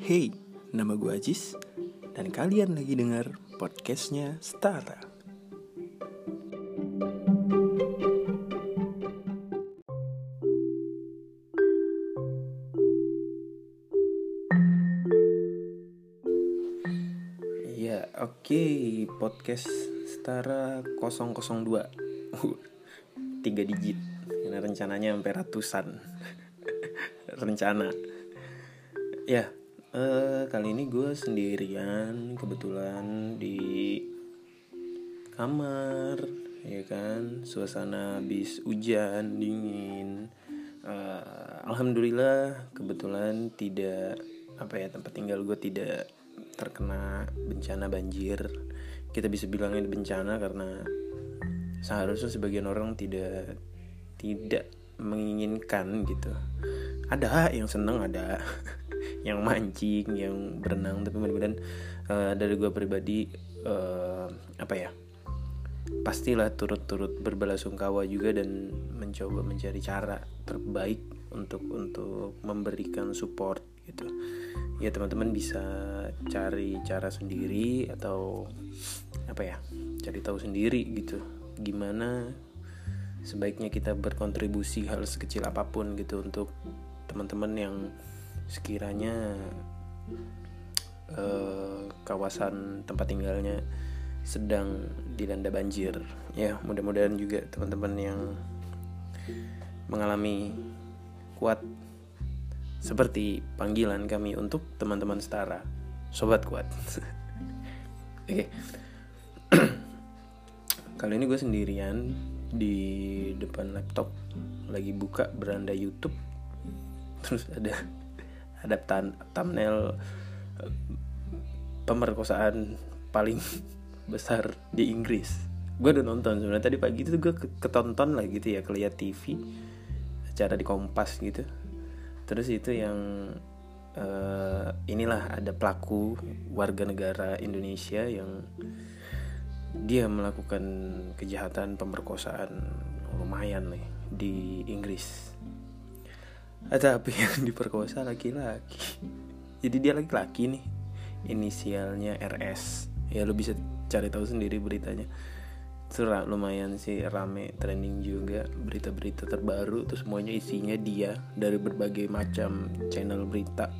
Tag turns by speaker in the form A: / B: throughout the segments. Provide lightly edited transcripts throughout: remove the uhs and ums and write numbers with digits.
A: Hey, nama gue Ajis dan kalian lagi dengar podcastnya Setara. Ya, oke, podcast Setara 002. 3 digit. Karena rencananya sampai ratusan. Rencana. Ya, kali ini gue sendirian kebetulan di kamar, ya kan, suasana habis hujan dingin. Alhamdulillah kebetulan tidak tempat tinggal gue tidak terkena bencana banjir. Kita bisa bilangnya bencana karena seharusnya sebagian orang tidak menginginkan gitu. Ada yang seneng, ada yang mancing, yang berenang, tapi mudah-mudahan dari gue pribadi pastilah turut berbelasungkawa juga dan mencoba mencari cara terbaik untuk memberikan support gitu. Ya teman-teman bisa cari cara sendiri atau cari tahu sendiri gitu gimana sebaiknya kita berkontribusi hal sekecil apapun gitu untuk teman-teman yang sekiranya kawasan tempat tinggalnya sedang dilanda banjir. Ya mudah-mudahan juga teman-teman yang mengalami kuat seperti panggilan kami untuk teman-teman setara, sobat kuat. Oke. Kali ini gue sendirian di depan laptop, lagi buka beranda YouTube. Terus ada thumbnail pemerkosaan paling besar di Inggris. Gue udah nonton sebenarnya tadi pagi itu gue ketonton lah gitu ya, kelihat TV acara di Kompas gitu. Terus itu yang inilah ada pelaku warga negara Indonesia yang dia melakukan kejahatan pemerkosaan lumayan nih di Inggris. Tapi yang diperkosa laki-laki. Jadi dia laki-laki nih, inisialnya RS. Ya lu bisa cari tahu sendiri beritanya. Serah lumayan sih rame, trending juga, berita-berita terbaru. Terus semuanya isinya dia dari berbagai macam channel berita.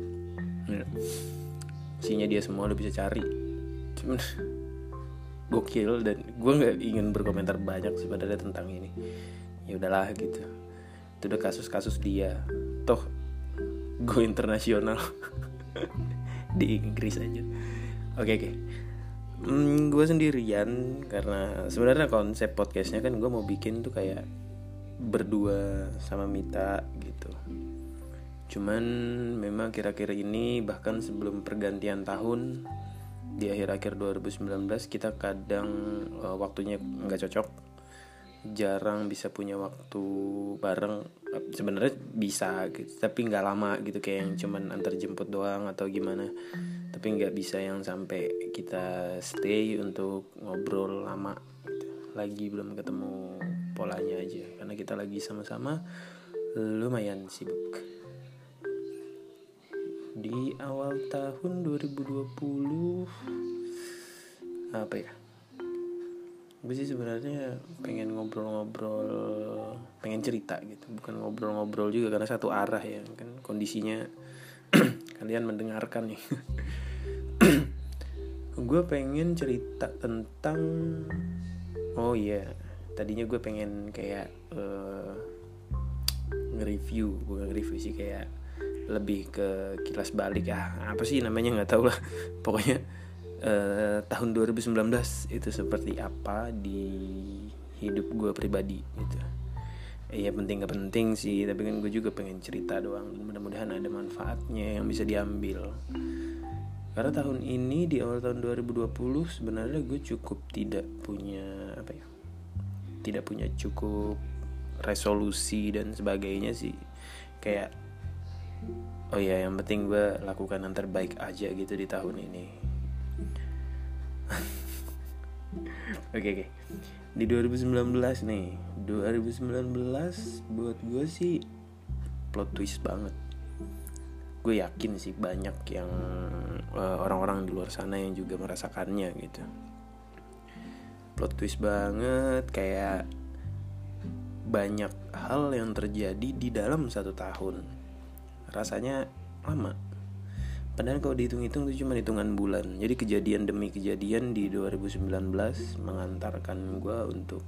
A: Isinya dia semua, lu bisa cari. Cuman gokil dan gue nggak ingin berkomentar banyak sebenarnya tentang ini. Ya udahlah gitu. Itu udah kasus-kasus dia. Toh go internasional di Inggris aja. Oke. Gue sendirian karena sebenarnya konsep podcastnya kan gue mau bikin tuh kayak berdua sama Mita gitu. Cuman memang kira-kira ini bahkan sebelum pergantian tahun di akhir-akhir 2019 kita kadang waktunya nggak cocok, jarang bisa punya waktu bareng. Sebenarnya bisa gitu, tapi nggak lama gitu, kayak yang cuman antar jemput doang atau gimana. Tapi nggak bisa yang sampai kita stay untuk ngobrol lama gitu. Lagi belum ketemu polanya aja karena kita lagi sama-sama lumayan sibuk. Di awal tahun 2020 gue sih sebenarnya pengen ngobrol-ngobrol, pengen cerita gitu, bukan ngobrol-ngobrol juga karena satu arah ya kan kondisinya. Kalian mendengarkan nih. Gue pengen cerita tentang tadinya gue pengen kayak nge-review, bukan nge-review sih, kayak lebih ke kilas balik apa sih namanya nggak tahu lah. Pokoknya tahun 2019 itu seperti apa di hidup gue pribadi gitu. Ya penting gak penting sih, tapi kan gue juga pengen cerita doang. Mudah-mudahan ada manfaatnya yang bisa diambil. Karena tahun ini di awal tahun 2020 sebenarnya gue cukup tidak punya cukup resolusi dan sebagainya sih. Kayak yang penting gue lakukan yang terbaik aja gitu di tahun ini. Oke. Di 2019 buat gue sih plot twist banget. gue yakin sih banyak yang orang-orang di luar sana yang juga merasakannya gitu. Plot twist banget, kayak banyak hal yang terjadi di dalam 1 tahun. Rasanya lama, padahal kalau dihitung-hitung itu cuma hitungan bulan. Jadi kejadian demi kejadian di 2019 mengantarkan gue untuk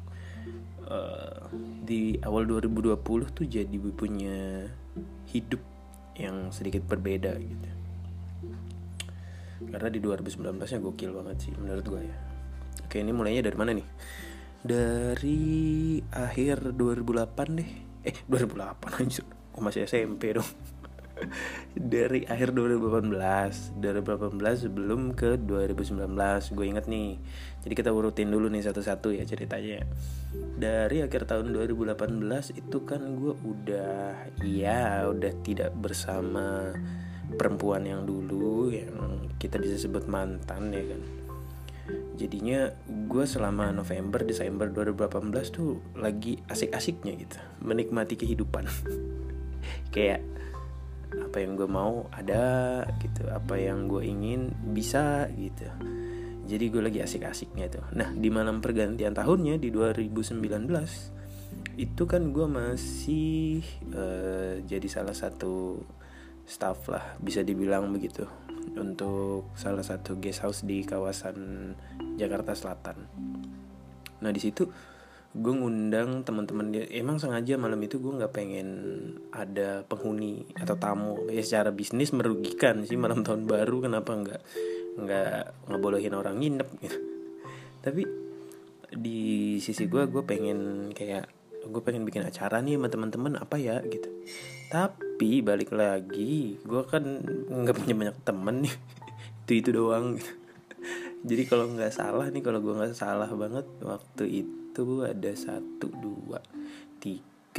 A: di awal 2020 tuh jadi punya hidup yang sedikit berbeda gitu. Karena di 2019-nya gokil banget sih menurut gue ya. Oke, ini mulainya dari mana nih? Dari akhir 2008 deh. 2008 aja. Masih SMP dong. Dari akhir 2018 sebelum ke 2019. Gue inget nih. Jadi kita urutin dulu nih satu-satu ya ceritanya. Dari akhir tahun 2018 itu kan gue udah tidak bersama perempuan yang dulu, yang kita bisa sebut mantan ya kan. Jadinya gue selama November, Desember 2018 tuh lagi asik-asiknya gitu, menikmati kehidupan. Kayak apa yang gue mau ada gitu, apa yang gue ingin bisa gitu. Jadi gue lagi asik-asiknya tuh. Nah di malam pergantian tahunnya di 2019 itu kan gue masih jadi salah satu staff lah, bisa dibilang begitu, untuk salah satu guest house di kawasan Jakarta Selatan. Nah di situ gue ngundang teman-teman dia. Emang sengaja malam itu gue nggak pengen ada penghuni atau tamu. Ya secara bisnis merugikan sih, malam tahun baru kenapa nggak ngebolehin orang nginep gitu. Tapi di sisi gue pengen bikin acara nih sama teman-teman apa ya gitu. Tapi balik lagi, gue kan nggak punya banyak temen nih. itu doang gitu. Jadi kalau gue nggak salah banget, waktu itu ada 1, 2, 3,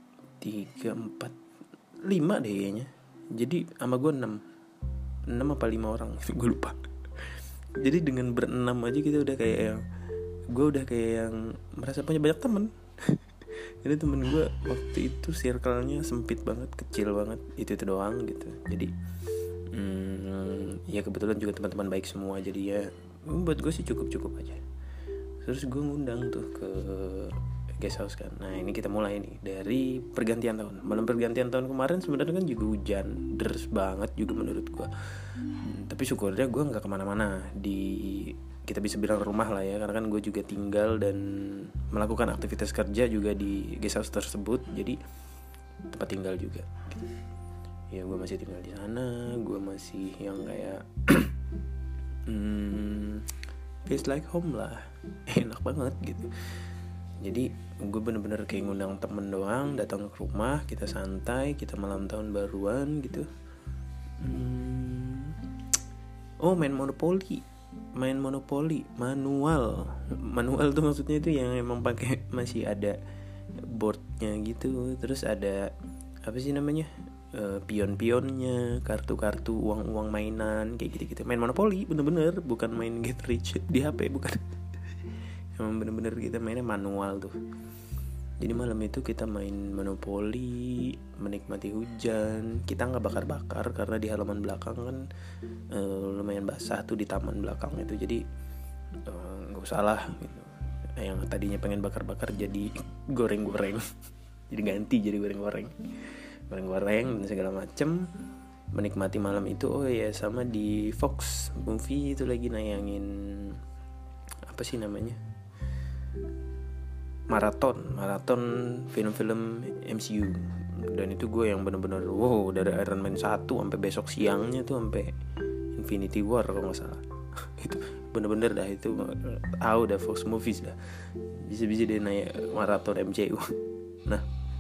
A: 4, 5 deh kayaknya. Jadi sama gue 6 apa 5 orang gue lupa. Jadi dengan berenam aja kita udah kayak yang merasa punya banyak temen. Jadi temen gue waktu itu circle-nya sempit banget, kecil banget, itu doang gitu. Jadi ya kebetulan juga teman-teman baik semua, jadi ya buat gue sih cukup aja. Terus gue ngundang tuh ke guest house kan. Nah ini kita mulai nih dari pergantian tahun. Malam pergantian tahun kemarin sebenarnya kan juga hujan deras banget juga menurut gue. Tapi syukurnya gue nggak kemana-mana, kita bisa bilang rumah lah ya, karena kan gue juga tinggal dan melakukan aktivitas kerja juga di guest house tersebut, jadi tempat tinggal juga gitu. Ya gue masih tinggal di sana, gue masih yang kayak feels like home lah, enak banget gitu. Jadi gue bener-bener kayak ngundang temen doang, datang ke rumah, kita santai, kita malam tahun baruan gitu. Main monopoli manual tuh maksudnya itu yang emang pakai masih ada boardnya gitu, terus ada apa sih namanya, pion-pionnya, kartu-kartu, uang mainan kayak gitu-gitu. Main monopoli bener-bener, bukan main get rich di HP, bukan. Emang bener-bener kita mainnya manual tuh. Jadi malam itu kita main monopoli, menikmati hujan. Kita nggak bakar-bakar karena di halaman belakang kan lumayan basah tuh di taman belakang itu. Jadi nggak usah lah gitu. Yang tadinya pengen bakar-bakar jadi goreng-goreng. Jadi ganti jadi goreng-goreng dan segala macem. Menikmati malam itu. Oh ya, sama di Fox Movie itu lagi nayangin apa sih namanya, maraton film-film MCU. Dan itu gue yang bener-bener wow, dari Iron Man 1 sampai besok siangnya tuh sampai Infinity War kalau nggak salah. Itu bener-bener dah, itu udah Fox Movies dah, bisa-bisa dia naik maraton MCU. Nah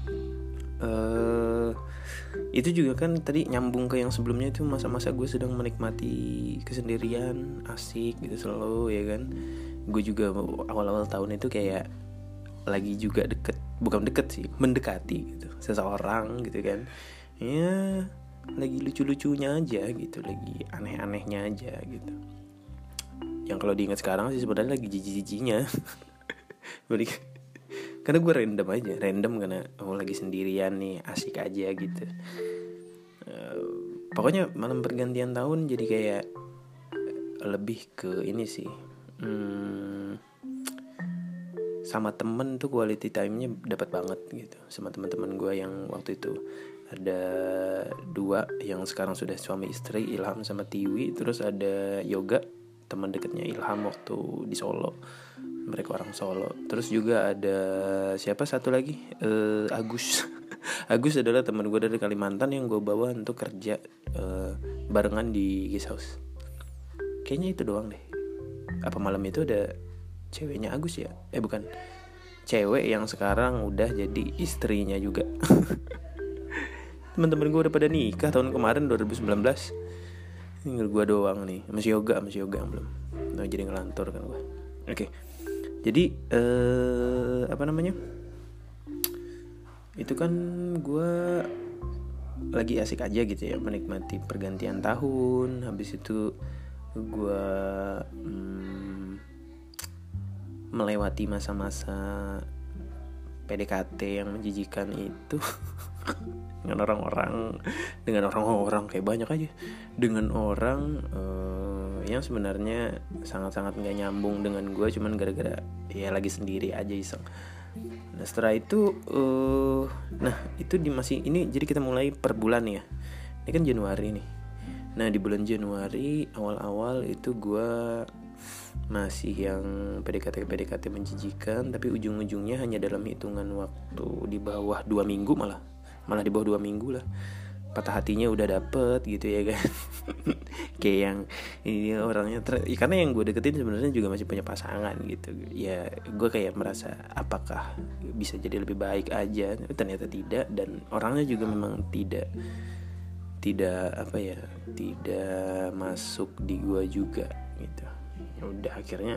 A: itu juga kan tadi nyambung ke yang sebelumnya, itu masa-masa gue sedang menikmati kesendirian, asik gitu selalu ya kan. Gue juga awal-awal tahun itu kayak lagi juga mendekati gitu seseorang gitu kan. Ya lagi lucu-lucunya aja gitu, lagi aneh-anehnya aja gitu. Yang kalau diingat sekarang sih sebenarnya lagi jijik-jijiknya. Karena gue random karena lagi sendirian nih, asik aja gitu. pokoknya malam pergantian tahun jadi kayak lebih ke ini sih, sama temen tuh quality time-nya dapat banget gitu sama teman-teman gue yang waktu itu ada 2 yang sekarang sudah suami istri, Ilham sama Tiwi. Terus ada Yoga, teman dekatnya Ilham waktu di Solo, mereka orang Solo. Terus juga ada siapa satu lagi, Agus. Agus adalah teman gue dari Kalimantan yang gue bawa untuk kerja barengan di guest house. Kayaknya itu doang deh. Apa malam itu ada ceweknya Agus ya? Bukan, cewek yang sekarang udah jadi istrinya juga. Teman-teman gue udah pada nikah tahun kemarin 2019. Tinggal gue doang nih, masih yoga yang belum. Nah, jadi ngelantur kan gue. Oke. Jadi apa namanya? Itu kan gue lagi asik aja gitu ya, menikmati pergantian tahun. Habis itu gue melewati masa-masa PDKT yang menjijikan itu dengan orang-orang kayak banyak aja, dengan orang yang sebenarnya sangat-sangat nggak nyambung dengan gue, cuman gara-gara ya lagi sendiri aja iseng. Nah setelah itu itu ini jadi kita mulai per bulan ya. Ini kan Januari nih. Nah di bulan Januari awal-awal itu gue masih yang PDKT menjijikan, tapi ujung-ujungnya hanya dalam hitungan waktu di bawah 2 minggu, malah di bawah 2 minggu lah patah hatinya udah dapet gitu ya kan. Kayak yang ini orangnya karena yang gue deketin sebenarnya juga masih punya pasangan gitu ya. Gue kayak merasa apakah bisa jadi lebih baik aja, ternyata tidak. Dan orangnya juga memang tidak masuk di gue juga gitu. Udah akhirnya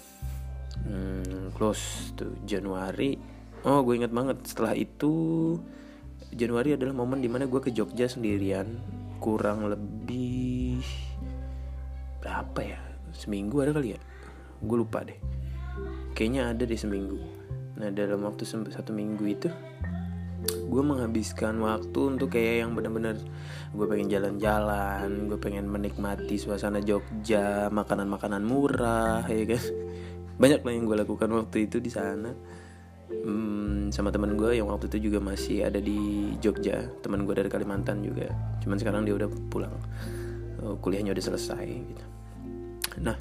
A: close tuh Januari. Oh gue ingat banget, setelah itu Januari adalah momen dimana gue ke Jogja sendirian, kurang lebih berapa ya, seminggu ada kali ya, gue lupa deh, kayaknya ada deh seminggu. Nah dalam waktu 1 minggu itu gue menghabiskan waktu untuk kayak yang benar-benar gue pengen jalan-jalan, gue pengen menikmati suasana Jogja, makanan-makanan murah ya kan. Banyak lah yang gue lakukan waktu itu di sana. Sama teman gue yang waktu itu juga masih ada di Jogja, teman gue dari Kalimantan juga, cuman sekarang dia udah pulang, kuliahnya udah selesai gitu. Nah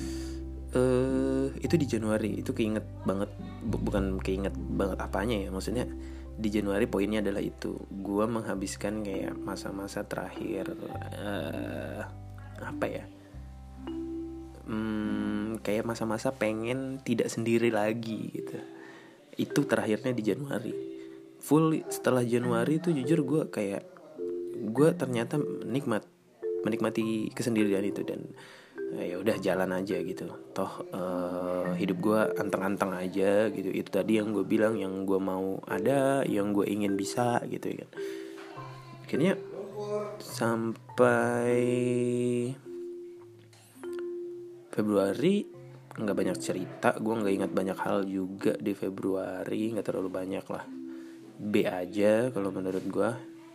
A: itu di Januari itu keinget banget, bukan keinget banget apanya ya, maksudnya di Januari poinnya adalah itu gue menghabiskan kayak masa-masa terakhir kayak masa-masa pengen tidak sendiri lagi gitu. Itu terakhirnya di Januari. Full setelah Januari itu jujur gue ternyata menikmati kesendirian itu. Dan ya udah jalan aja gitu. Toh hidup gue anteng-anteng aja gitu. Itu tadi yang gue bilang, yang gue mau ada, yang gue ingin bisa gitu kan. Akhirnya sampai Februari nggak banyak cerita, gue nggak ingat banyak hal juga di Februari, nggak terlalu banyak lah, B aja kalau menurut gue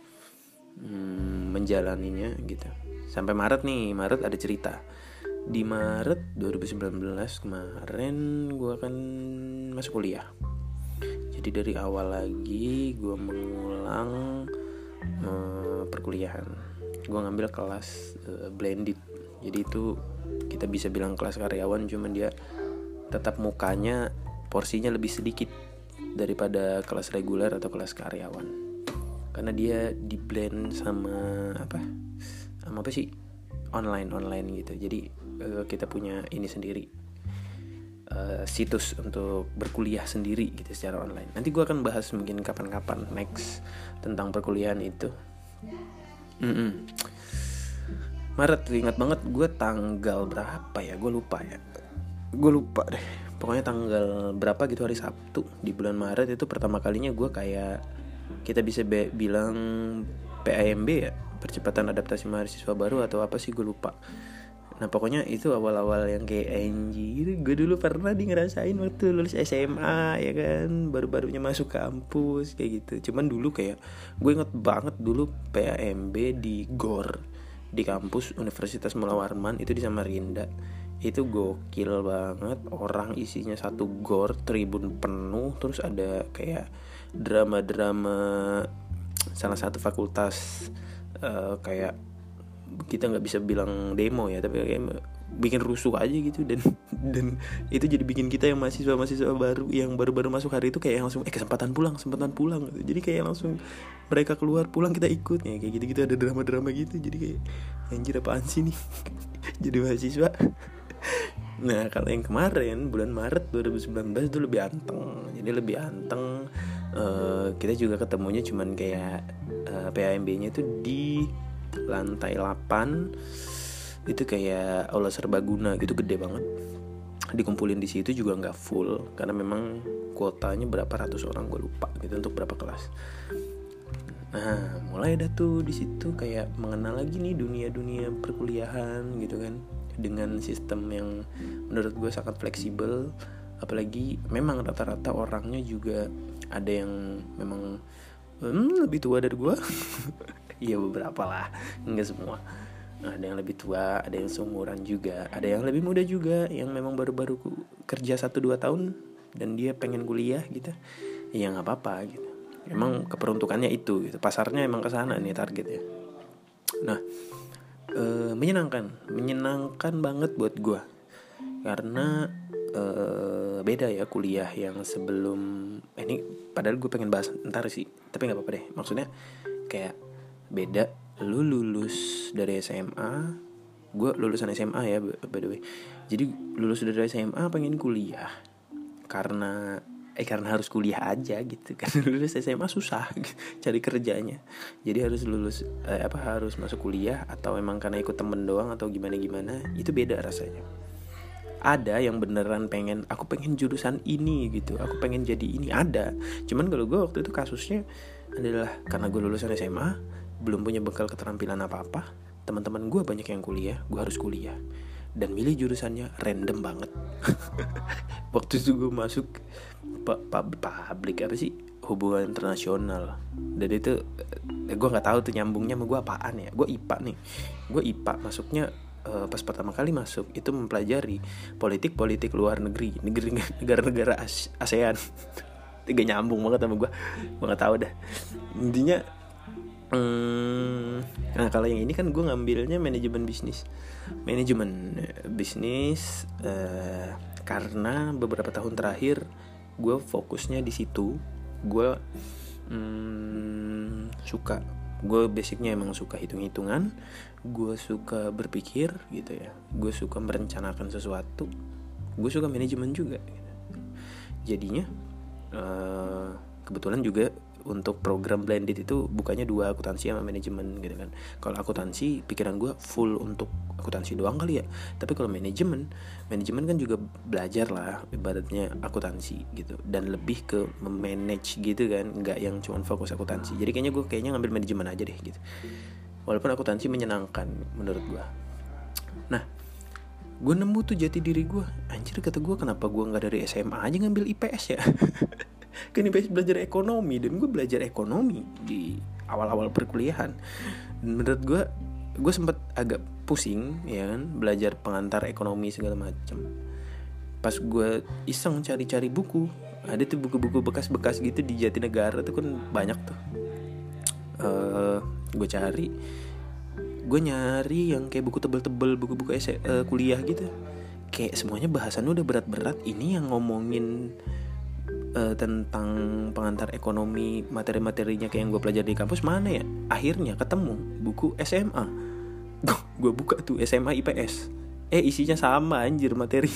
A: menjalaninya gitu. Sampai Maret ada cerita. Di Maret 2019 kemarin gue kan masuk kuliah. Jadi dari awal lagi gue mengulang perkuliahan. Gue ngambil kelas blended. Jadi itu kita bisa bilang kelas karyawan, cuman dia tetap mukanya porsinya lebih sedikit daripada kelas reguler atau kelas karyawan, karena dia di blend sama apa sih, online gitu. Jadi kita punya ini sendiri, situs untuk berkuliah sendiri gitu secara online. Nanti gue akan bahas mungkin kapan-kapan next tentang perkuliahan itu. Maret, ingat banget gue tanggal berapa ya, gue lupa deh, pokoknya tanggal berapa gitu, hari Sabtu di bulan Maret itu pertama kalinya gue kayak kita bisa bilang PAMB ya, percepatan adaptasi mahasiswa baru atau apa sih gue lupa. Nah pokoknya itu awal-awal yang kayak anjir. Gue dulu pernah ngerasain waktu lulus SMA ya kan, baru-barunya masuk kampus kayak gitu. Cuman dulu kayak gue inget banget dulu PAMB di GOR, di kampus Universitas Mula Warman itu di Samarinda. Itu gokil banget, orang isinya satu GOR, tribun penuh. Terus ada kayak drama-drama salah satu fakultas, kayak kita nggak bisa bilang demo ya, tapi kayak bikin rusuh aja gitu. Dan itu jadi bikin kita yang mahasiswa baru yang baru masuk hari itu kayak langsung kesempatan pulang gitu. Jadi kayak langsung mereka keluar pulang kita ikut ya, kayak gitu ada drama gitu. Jadi kayak anjir apaan sih nih jadi mahasiswa. Nah kalau yang kemarin bulan Maret 2019 itu lebih anteng. Jadi lebih anteng. Kita juga ketemunya cuman kayak PAMB-nya itu di lantai 8. Itu kayak aula serbaguna gitu, gede banget. Dikumpulin di situ juga nggak full karena memang kuotanya berapa ratus orang, gue lupa gitu, untuk berapa kelas. Nah mulai dah tuh di situ kayak mengenal lagi nih dunia perkuliahan gitu kan, dengan sistem yang menurut gue sangat fleksibel. Apalagi memang rata-rata orangnya juga ada yang memang lebih tua dari gue. Iya beberapa lah, enggak semua. Ada yang lebih tua, ada yang seumuran juga, ada yang lebih muda juga, yang memang baru-baru kerja 1-2 tahun dan dia pengen kuliah gitu. Ya gak apa-apa gitu. Emang keperuntukannya itu gitu. Pasarnya emang kesana nih targetnya. Nah menyenangkan banget buat gue. Karena beda ya kuliah yang sebelum ini. Padahal gue pengen bahas ntar sih, tapi gak apa-apa deh. Maksudnya kayak beda, lu lulus dari SMA, gue lulusan SMA ya by the way. Jadi lulus dari SMA pengen kuliah karena harus kuliah aja gitu. Karena lulus SMA susah cari kerjanya. Jadi harus lulus harus masuk kuliah, atau emang karena ikut temen doang atau gimana itu beda rasanya. Ada yang beneran aku pengen jurusan ini gitu, aku pengen jadi ini, ada. Cuman kalau gue waktu itu kasusnya adalah karena gue lulusan SMA, belum punya bekal keterampilan apa-apa. Teman-teman gue banyak yang kuliah, gue harus kuliah. Dan milih jurusannya random banget. Waktu itu gue masuk publik apa sih, hubungan internasional. Dan itu gue nggak tahu tuh nyambungnya sama gue apaan ya. Gue IPA nih, masuknya pas pertama kali masuk itu mempelajari politik luar negeri negara-negara ASEAN. Gak nyambung banget sama gue nggak tahu dah intinya. Nah kalau yang ini kan gue ngambilnya manajemen bisnis, karena beberapa tahun terakhir gue fokusnya di situ. Gue gue basicnya emang suka hitung-hitungan, gue suka berpikir gitu ya, gue suka merencanakan sesuatu, gue suka manajemen juga gitu. Jadinya kebetulan juga untuk program blended itu bukannya 2 akuntansi sama manajemen gitu kan. Kalau akuntansi pikiran gue full untuk akuntansi doang kali ya. Tapi kalau manajemen kan juga belajar lah ibaratnya akuntansi gitu, dan lebih ke memanage gitu kan, nggak yang cuma fokus akuntansi. Jadi kayaknya ngambil manajemen aja deh gitu. Walaupun akuntansi menyenangkan menurut gue. Nah gue nemu tuh jati diri gue. Anjir kata gue, kenapa gue nggak dari SMA aja ngambil IPS ya? Kan IPS belajar ekonomi, dan gue belajar ekonomi di awal-awal perkuliahan. Dan menurut gue sempat agak pusing ya kan, belajar pengantar ekonomi segala macam. Pas gue iseng cari-cari buku, ada tuh buku-buku bekas-bekas gitu di Jatinegara tuh kan banyak tuh. Gue nyari yang kayak buku tebel-tebel, buku-buku kuliah gitu. Kayak semuanya bahasannya udah berat-berat. Ini yang ngomongin tentang pengantar ekonomi, materi-materinya kayak yang gue pelajari di kampus mana ya. Akhirnya ketemu buku SMA. Gue buka tuh SMA IPS. Isinya sama anjir materi.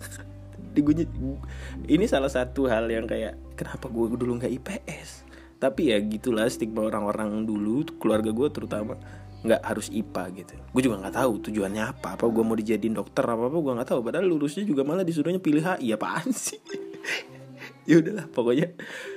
A: Ini salah satu hal yang kayak kenapa gue dulu gak IPS. Tapi ya gitulah stigma orang-orang dulu, keluarga gue terutama, nggak harus IPA gitu. Gue juga nggak tahu tujuannya apa gue mau dijadiin dokter apa gue nggak tahu. Padahal lulusnya juga malah disuruhnya pilih HI, apaan sih. Ya udahlah pokoknya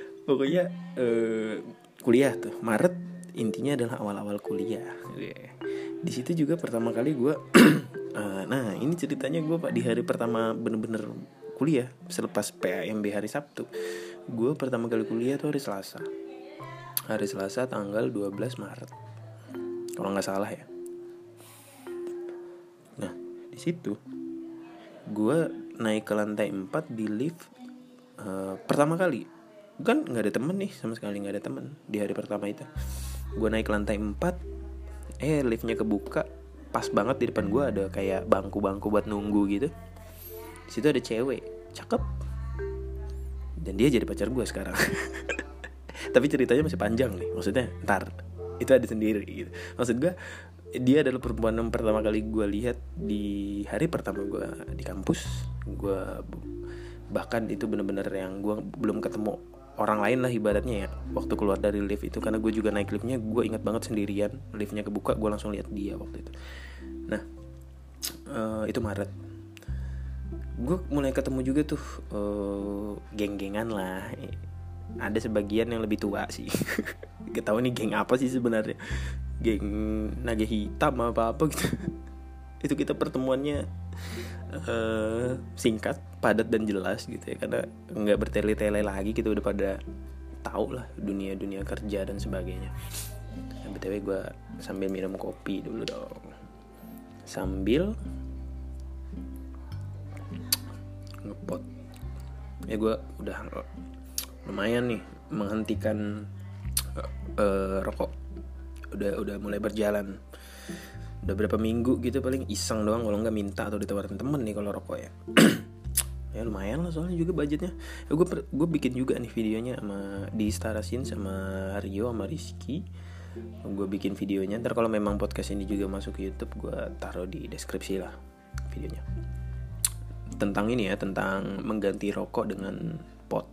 A: kuliah tuh Maret, intinya adalah awal-awal kuliah. Di situ juga pertama kali gue Nah ini ceritanya gue Pak, di hari pertama bener-bener kuliah selepas PAMB hari Sabtu. Gue pertama kali kuliah tuh hari Selasa tanggal 12 Maret kalau nggak salah ya. Nah di situ gue naik ke lantai 4 di lift pertama kali. Kan nggak ada temen nih, sama sekali nggak ada temen di hari pertama itu. Gue naik ke lantai 4, liftnya kebuka. Pas banget di depan gue ada kayak bangku-bangku buat nunggu gitu. Di situ ada cewek cakep dan dia jadi pacar gue sekarang. Tapi ceritanya masih panjang nih, maksudnya ntar itu ada sendiri gitu. Maksud gue dia adalah perempuan yang pertama kali gue lihat di hari pertama gue di kampus. Gue bahkan itu benar-benar yang gue belum ketemu orang lain lah ibaratnya ya waktu keluar dari lift itu, karena gue juga naik liftnya, gue ingat banget sendirian, liftnya kebuka, gue langsung lihat dia waktu itu. Nah itu Maret. Gue mulai ketemu juga tuh geng-gengan lah. Ada sebagian yang lebih tua sih. Gak tahu nih geng apa sih sebenarnya, geng naga hitam apa gitu. Itu kita pertemuannya singkat, padat dan jelas gitu ya, karena nggak bertele-tele lagi, kita udah pada tahu lah dunia kerja dan sebagainya. Nah, btw gue sambil minum kopi dulu dong, sambil ngepot. Gue udah lumayan nih menghentikan rokok, udah mulai berjalan. Udah berapa minggu gitu, paling iseng doang, kalau nggak minta atau ditawarin temen nih kalau rokok ya. Ya lumayan lah, soalnya juga budgetnya. Gue bikin juga nih videonya di Starasin sama Rio sama Rizky. Gue bikin videonya, ntar kalau memang podcast ini juga masuk ke YouTube, gue taruh di deskripsi lah videonya. Tentang ini ya, tentang mengganti rokok dengan pot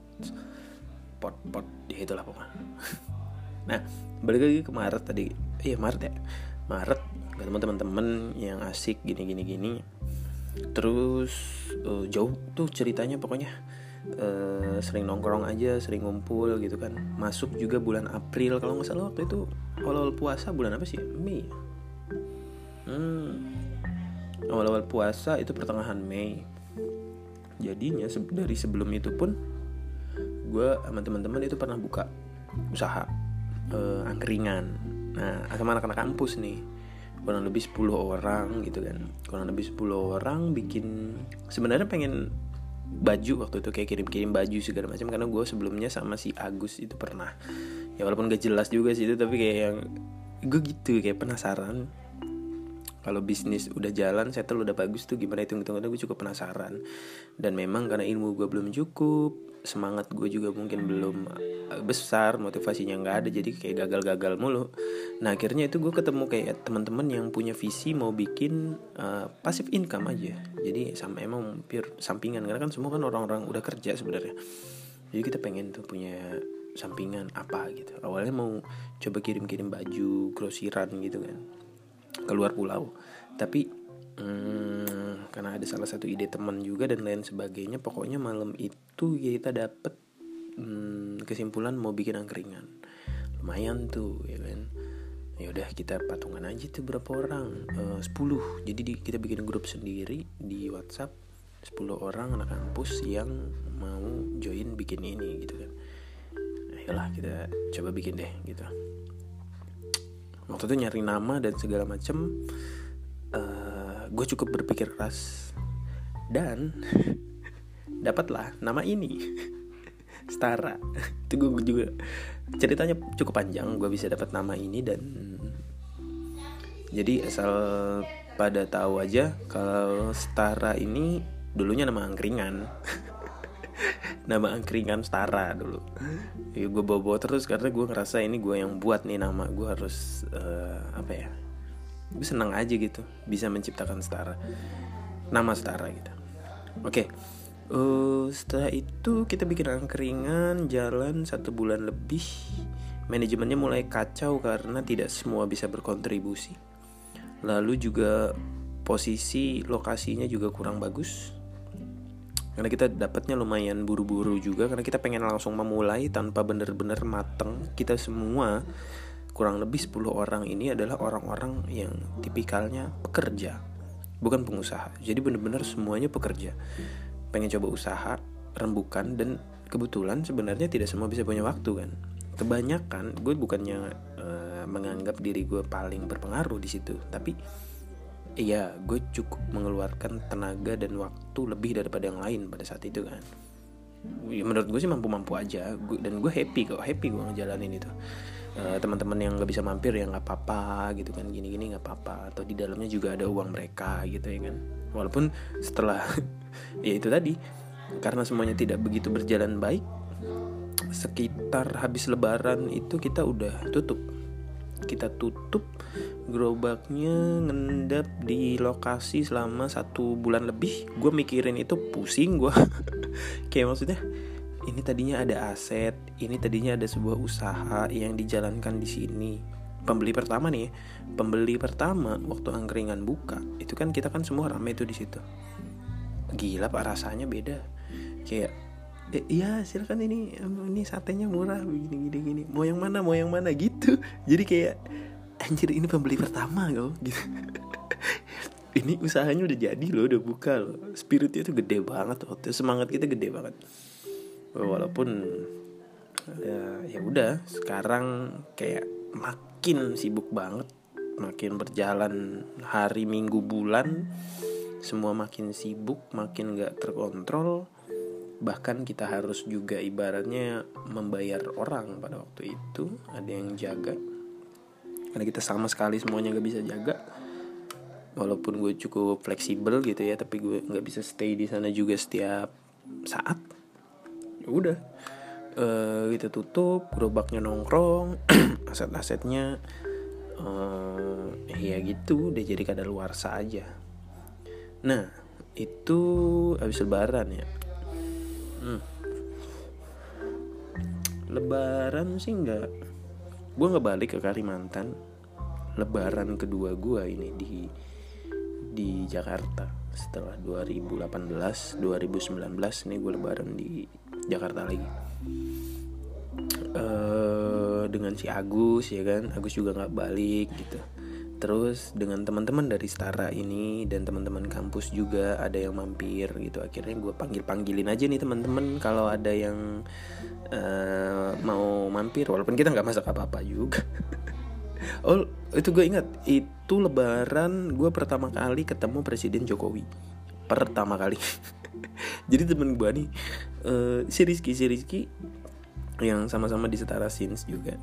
A: ya itulah pokoknya. Nah balik lagi ke Maret tadi. Maret ketemu teman-teman yang asik gini. Terus jauh tuh ceritanya pokoknya. Sering nongkrong aja, sering ngumpul gitu kan. Masuk juga bulan April kalau nggak salah, waktu itu awal puasa bulan apa sih? Mei. Awal puasa itu pertengahan Mei. Jadinya dari sebelum itu pun gue sama teman-teman itu pernah buka usaha angkringan. Nah sama anak-anak kampus nih, kurang lebih 10 orang gitu kan. Kurang lebih 10 orang bikin, sebenarnya pengen baju waktu itu, kayak kirim-kirim baju segala macam, karena gue sebelumnya sama si Agus itu pernah. Ya walaupun gak jelas juga sih itu, tapi kayak yang gue gitu kayak penasaran. Kalau bisnis udah jalan, settle udah bagus tuh gimana hitung-hitungannya, gue cukup penasaran. Dan memang karena ilmu gue belum cukup, semangat gue juga mungkin belum besar, motivasinya nggak ada, jadi kayak gagal-gagal mulu. Nah akhirnya itu gue ketemu kayak teman-teman yang punya visi mau bikin passive income aja. Jadi sama emang pure sampingan, karena kan semua kan orang-orang udah kerja sebenarnya. Jadi kita pengen tuh punya sampingan apa gitu. Awalnya mau coba kirim-kirim baju, grosiran gitu kan, keluar pulau. Tapi karena ada salah satu ide teman juga dan lain sebagainya, pokoknya malam itu kita dapet kesimpulan mau bikin angkringan. Lumayan tuh ya kan. Ya udah kita patungan aja tuh berapa orang, 10. Jadi kita bikin grup sendiri di WhatsApp, 10 orang anak kampus yang mau join bikin ini gitu kan. Ayolah kita coba bikin deh gitu. Waktu itu nyari nama dan segala macem, gue cukup berpikir keras dan dapatlah nama ini, Stara. Itu gue juga ceritanya cukup panjang, gue bisa dapat nama ini. Dan jadi asal pada tahu aja kalau Stara ini dulunya nama angkringan. Nama angkringan Stara dulu. Ya, gue bawa terus karena gue ngerasa ini gue yang buat nih nama, gue harus gue senang aja gitu bisa menciptakan nama Stara gitu. Oke. Setelah itu kita bikin angkringan, jalan 1 bulan lebih. Manajemennya mulai kacau karena tidak semua bisa berkontribusi. Lalu juga posisi lokasinya juga kurang bagus, karena kita dapatnya lumayan buru-buru juga, karena kita pengen langsung memulai tanpa benar-benar mateng. Kita semua kurang lebih 10 orang ini adalah orang-orang yang tipikalnya pekerja, bukan pengusaha. Jadi benar-benar semuanya pekerja, pengen coba usaha, rembukan, dan kebetulan sebenarnya tidak semua bisa punya waktu kan. Kebanyakan gue bukannya menganggap diri gue paling berpengaruh di situ, tapi iya gue cukup mengeluarkan tenaga dan waktu lebih daripada yang lain pada saat itu kan. Ya, menurut gue sih mampu-mampu aja, dan gue happy gue ngejalanin itu. Teman-teman yang nggak bisa mampir ya nggak apa-apa gitu kan, gini-gini nggak apa-apa, atau di dalamnya juga ada uang mereka gitu ya kan. Walaupun setelah ya itu tadi, karena semuanya tidak begitu berjalan baik, sekitar habis lebaran itu kita udah tutup gerobaknya, ngendap di lokasi selama 1 bulan lebih. Gue mikirin itu pusing gue. Kayak maksudnya ini tadinya ada aset, ini tadinya ada sebuah usaha yang dijalankan di sini. Pembeli pertama waktu angkringan buka, itu kan kita kan semua rame tuh di situ. Gila Pak, rasanya beda. Kayak iya silakan, ini satenya murah gini. Mau yang mana gitu. Jadi kayak anjir, ini pembeli pertama kok gitu. Ini usahanya udah jadi loh, udah buka loh. Spiritnya tuh gede banget waktu, semangat kita gede banget. Walaupun ya udah sekarang kayak makin sibuk banget, makin berjalan hari, minggu, bulan, semua makin sibuk, makin gak terkontrol. Bahkan kita harus juga ibaratnya membayar orang pada waktu itu, ada yang jaga, karena kita sama sekali semuanya gak bisa jaga. Walaupun gue cukup fleksibel gitu ya, tapi gue gak bisa stay di sana juga setiap saat. Udah kita tutup, gerobaknya nongkrong, aset-asetnya ya gitu, udah jadi kadaluarsa aja. Nah itu habis lebaran ya. Lebaran sih gue nggak balik ke Kalimantan. Lebaran kedua gue ini di Jakarta setelah 2018 2019 nih gue lebaran di Jakarta lagi. Dengan si Agus ya kan, Agus juga nggak balik gitu. Terus dengan teman-teman dari Setara ini dan teman-teman kampus juga ada yang mampir gitu. Akhirnya gue panggilin aja nih teman-teman kalau ada yang mau mampir, walaupun kita nggak masak apa-apa juga. Oh itu gue ingat, itu lebaran gue pertama kali ketemu Presiden Jokowi, pertama kali. Jadi temen gue nih si Rizky yang sama-sama di Setara Sins juga,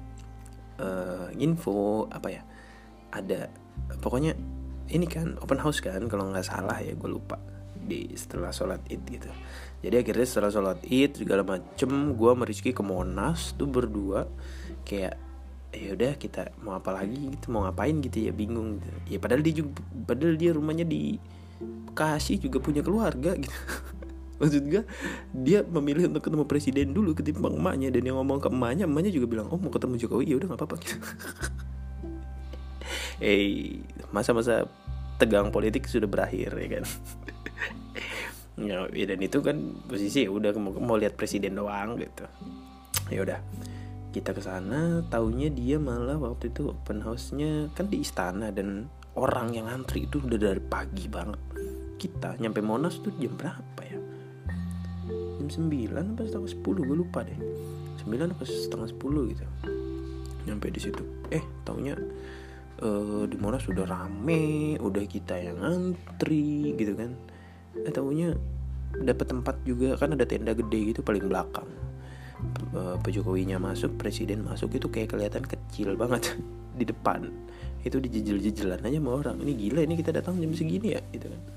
A: info apa ya, ada pokoknya ini kan open house kan kalau nggak salah ya, gue lupa, di setelah sholat id gitu. Jadi akhirnya setelah sholat id segala macem, gue sama Rizky ke Monas tuh berdua, kayak ya udah kita mau apa lagi gitu, mau ngapain gitu ya, bingung gitu. Ya padahal dia rumahnya di Bekasi juga punya keluarga gitu. Maksud gue, dia memilih untuk ketemu presiden dulu ketimbang emaknya, dan yang ngomong ke emaknya juga bilang, oh mau ketemu Jokowi, ya udah nggak apa-apa gitu. Masa-masa tegang politik sudah berakhir ya kan. Ya dan itu kan posisi udah mau lihat presiden doang gitu. Ya udah kita kesana, taunya dia malah waktu itu open house-nya kan di istana, dan orang yang antri itu udah dari pagi banget. Kita nyampe Monas tuh jam berapa ya? Jam 9 apa setengah 10, gue lupa deh. 9 apa setengah 10 gitu. Nyampe di situ. Taunya di Monas sudah rame, udah kita yang antri gitu kan. Taunya dapat tempat juga kan, ada tenda gede gitu paling belakang. Pak Jokowinya masuk, presiden masuk, itu kayak kelihatan kecil banget di depan. Itu dijejel-jejelan aja sama orang. Ini gila, ini kita datang jam segini ya gitu kan.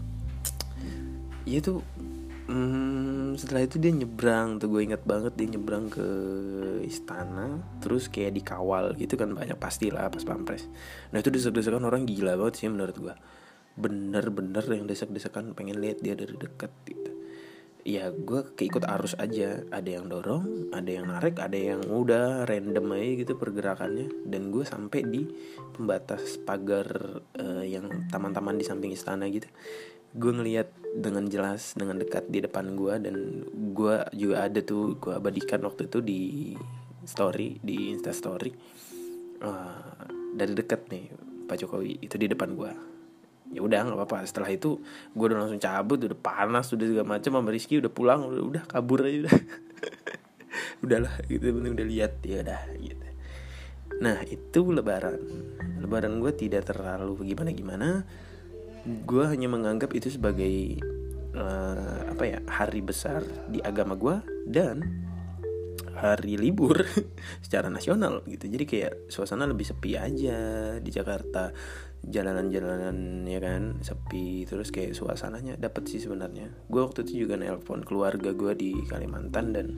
A: Ya itu setelah itu dia nyebrang tuh, gue ingat banget dia nyebrang ke istana, terus kayak dikawal gitu kan, banyak pastilah pas pampres. Nah itu desek-desekan orang gila banget sih menurut gue, bener-bener yang desek-desekan pengen lihat dia dari dekat gitu. Ya gue keikut arus aja, ada yang dorong, ada yang narik, ada yang udah random aja gitu pergerakannya. Dan gue sampai di pembatas pagar yang taman-taman di samping istana gitu. Gue ngelihat dengan jelas, dengan dekat di depan gue, dan gue juga ada tuh, gue abadikan waktu itu di story, di Insta story, dari dekat nih Pak Jokowi itu di depan gue. Ya udah nggak apa-apa. Setelah itu gue udah langsung cabut, udah panas, udah segala macam, sama Rizky udah pulang, udah kabur aja udah. Udahlah gitu, penting udah lihat ya udah gitu. Nah itu Lebaran gue tidak terlalu gimana-gimana. Gue hanya menganggap itu sebagai hari besar di agama gue dan hari libur secara nasional gitu. Jadi kayak suasana lebih sepi aja di Jakarta, jalanan-jalanan ya kan sepi, terus kayak suasananya dapet sih sebenarnya. Gue waktu itu juga nelpon keluarga gue di Kalimantan dan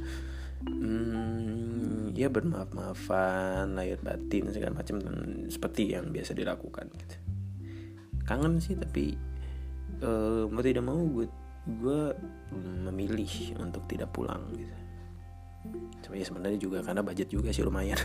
A: ya bermaaf-maafan, lahir batin segala macam seperti yang biasa dilakukan gitu. Kangen sih, tapi mau tidak mau gue memilih untuk tidak pulang gitu. Sebenarnya juga karena budget juga sih lumayan.